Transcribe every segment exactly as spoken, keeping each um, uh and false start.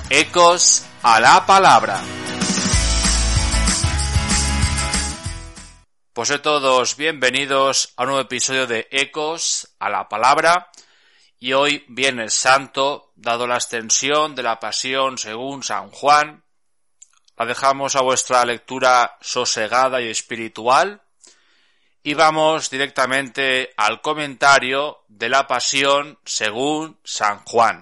Ecos a la palabra. Pues a todos, bienvenidos a un nuevo episodio de Ecos a la palabra. Y hoy, Viernes Santo, dado la extensión de la Pasión según San Juan, la dejamos a vuestra lectura sosegada y espiritual y vamos directamente al comentario de la Pasión según San Juan.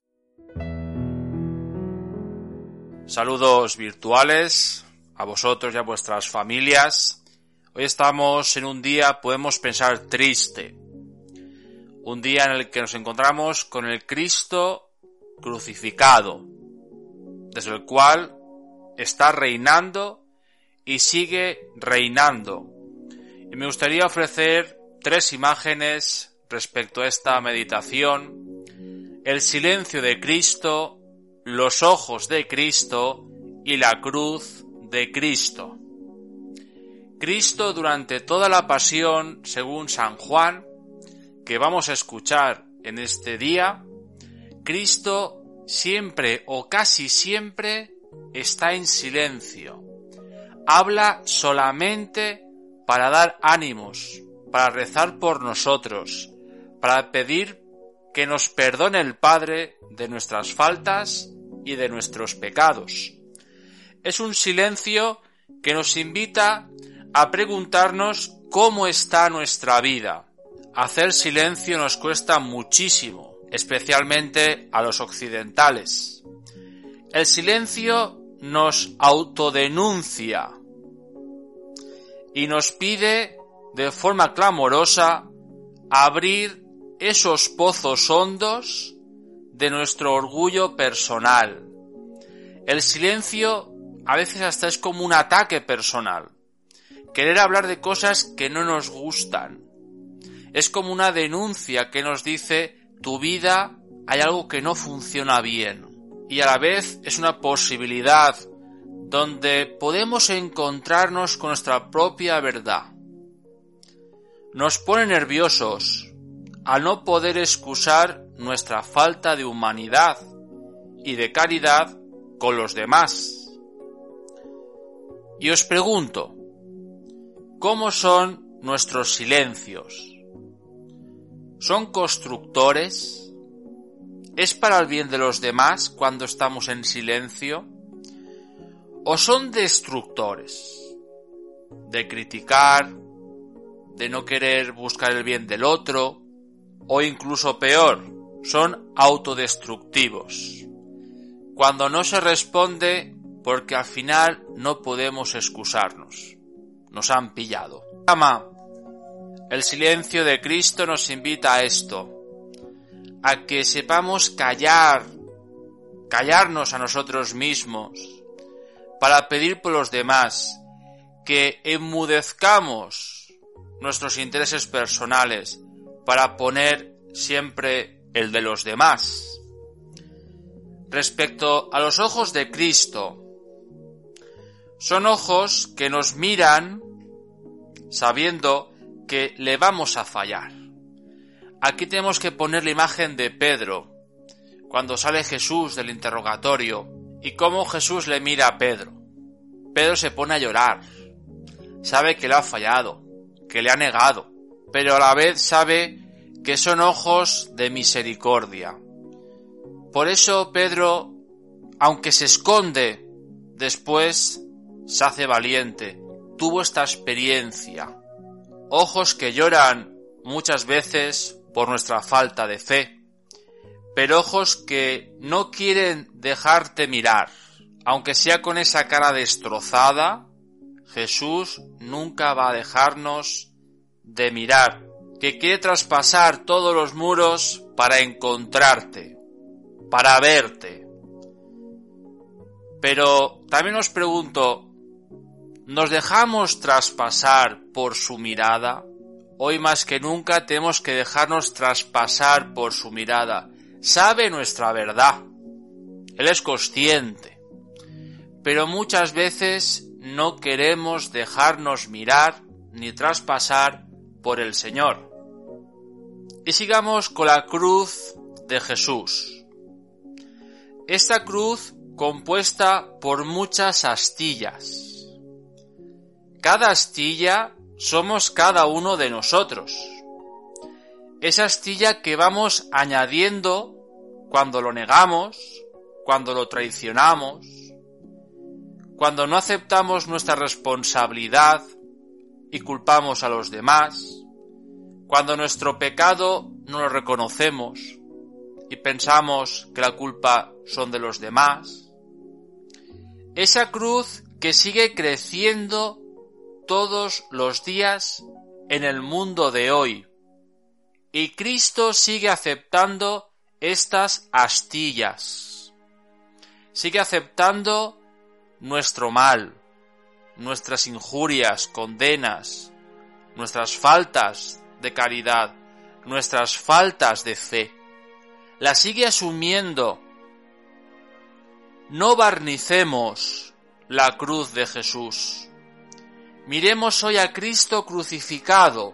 Saludos virtuales a vosotros y a vuestras familias. Hoy estamos en un día, podemos pensar, triste. Un día en el que nos encontramos con el Cristo crucificado, desde el cual está reinando y sigue reinando. Y me gustaría ofrecer tres imágenes respecto a esta meditación: el silencio de Cristo, los ojos de Cristo y la cruz de Cristo. Cristo durante toda la pasión, según San Juan, que vamos a escuchar en este día, Cristo siempre o casi siempre está en silencio. Habla solamente para dar ánimos, para rezar por nosotros, para pedir que nos perdone el Padre de nuestras faltas y de nuestros pecados. Es un silencio que nos invita a preguntarnos cómo está nuestra vida. Hacer silencio nos cuesta muchísimo, especialmente a los occidentales. El silencio nos autodenuncia y nos pide de forma clamorosa abrir esos pozos hondos de nuestro orgullo personal. El silencio a veces hasta es como un ataque personal. Querer hablar de cosas que no nos gustan. Es como una denuncia que nos dice: tu vida hay algo que no funciona bien. Y a la vez es una posibilidad donde podemos encontrarnos con nuestra propia verdad. Nos pone nerviosos al no poder excusar nuestra falta de humanidad y de caridad con los demás. Y os pregunto, ¿cómo son nuestros silencios? ¿Son constructores? ¿Es para el bien de los demás cuando estamos en silencio? ¿O son destructores? De criticar, de no querer buscar el bien del otro, o incluso peor, son autodestructivos. Cuando no se responde porque al final no podemos excusarnos. Nos han pillado. El silencio de Cristo nos invita a esto, a que sepamos callar, callarnos a nosotros mismos, para pedir por los demás, que enmudezcamos nuestros intereses personales, para poner siempre el de los demás. Respecto a los ojos de Cristo, son ojos que nos miran sabiendo que le vamos a fallar. Aquí tenemos que poner la imagen de Pedro, cuando sale Jesús del interrogatorio, y cómo Jesús le mira a Pedro. Pedro se pone a llorar, sabe que le ha fallado, que le ha negado, pero a la vez sabe que son ojos de misericordia. Por eso Pedro, aunque se esconde, después se hace valiente. Tuvo esta experiencia. Ojos que lloran muchas veces por nuestra falta de fe, pero ojos que no quieren dejarte mirar. Aunque sea con esa cara destrozada, Jesús nunca va a dejarnos de mirar, que quiere traspasar todos los muros para encontrarte, para verte. Pero también os pregunto, ¿nos dejamos traspasar por su mirada? Hoy más que nunca tenemos que dejarnos traspasar por su mirada. Sabe nuestra verdad. Él es consciente. Pero muchas veces no queremos dejarnos mirar ni traspasar por el Señor. Y sigamos con la cruz de Jesús. esta cruz compuesta por muchas astillas. Cada astilla somos cada uno de nosotros. Esa astilla que vamos añadiendo cuando lo negamos, cuando lo traicionamos, cuando no aceptamos nuestra responsabilidad y culpamos a los demás, cuando nuestro pecado no lo reconocemos y pensamos que la culpa son de los demás. Esa cruz que sigue creciendo todos los días en el mundo de hoy. Y Cristo sigue aceptando estas astillas. Sigue aceptando nuestro mal, nuestras injurias, condenas, nuestras faltas de caridad, nuestras faltas de fe. La sigue asumiendo. No barnicemos la cruz de Jesús. Miremos hoy a Cristo crucificado.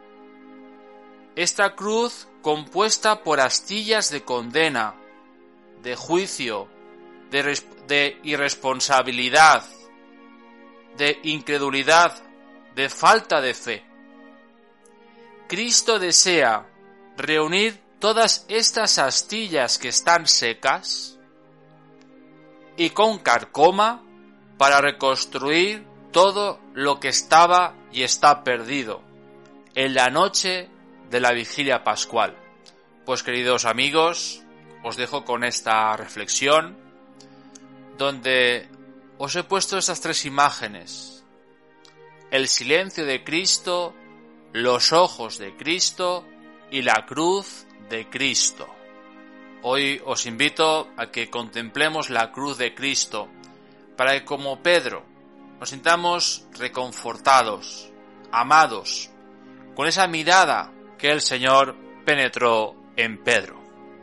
Esta cruz compuesta por astillas de condena, de juicio, de, de irresponsabilidad, de incredulidad, de falta de fe. Cristo desea reunir todas estas astillas que están secas y con carcoma para reconstruir todo lo que estaba y está perdido en la noche de la vigilia pascual. Pues queridos amigos, os dejo con esta reflexión donde os he puesto estas tres imágenes: el silencio de Cristo, los ojos de Cristo y la cruz de Cristo. Hoy os invito a que contemplemos la cruz de Cristo para que, como Pedro, nos sintamos reconfortados, amados, con esa mirada que el Señor penetró en Pedro.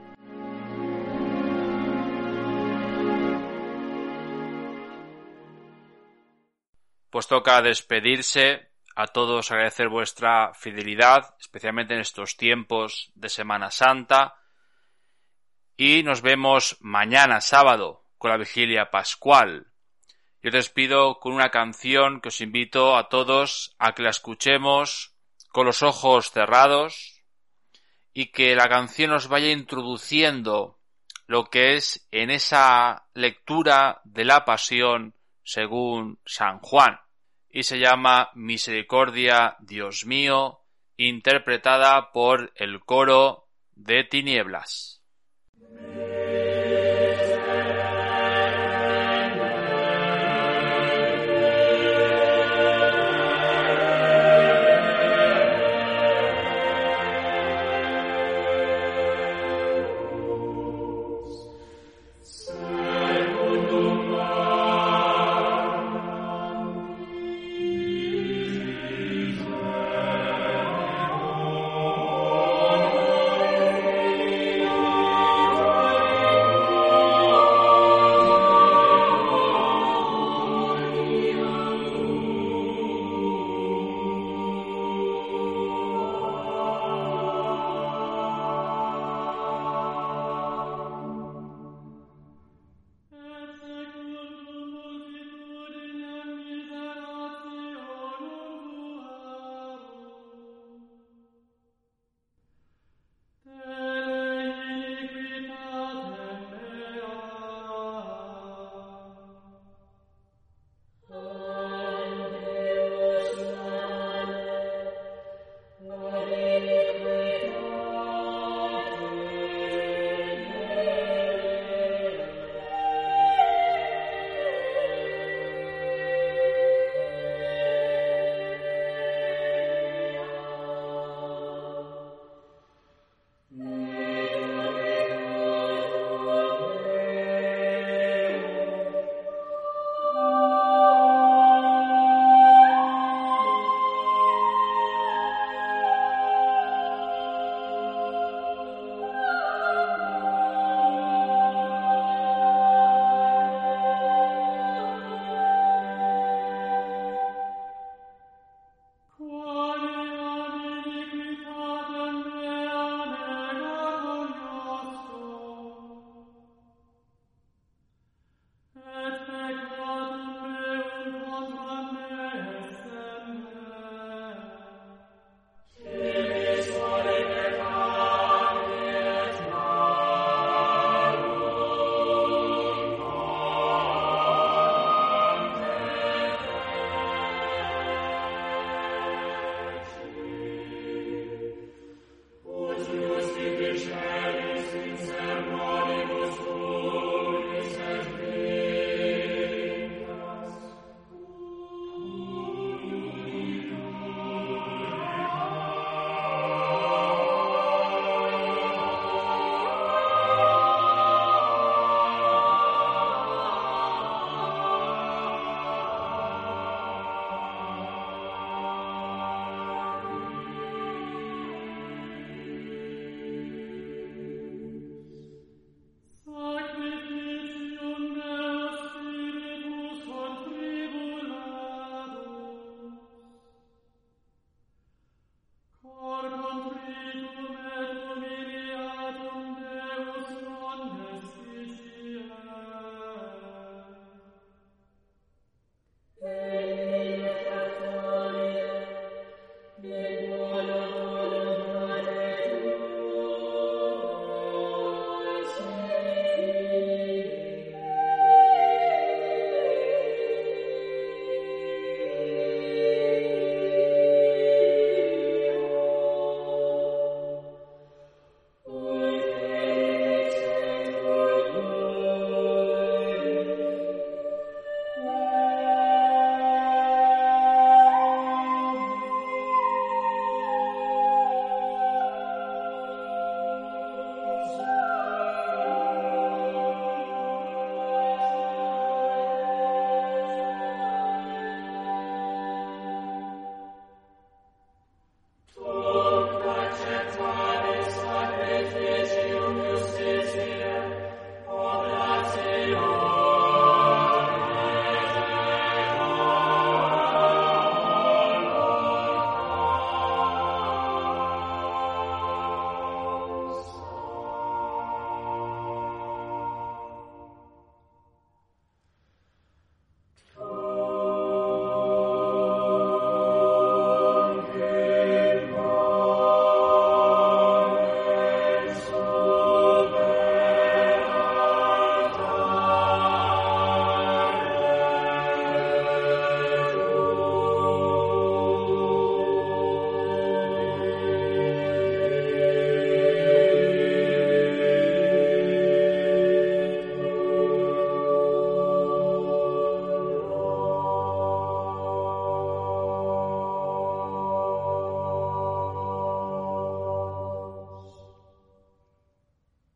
Pues toca despedirse. A todos agradecer vuestra fidelidad, especialmente en estos tiempos de Semana Santa. Y nos vemos mañana sábado con la vigilia pascual. Yo os despido con una canción que os invito a todos a que la escuchemos con los ojos cerrados y que la canción os vaya introduciendo lo que es en esa lectura de la Pasión según San Juan. Y se llama Misericordia, Dios mío, interpretada por el coro de Tinieblas.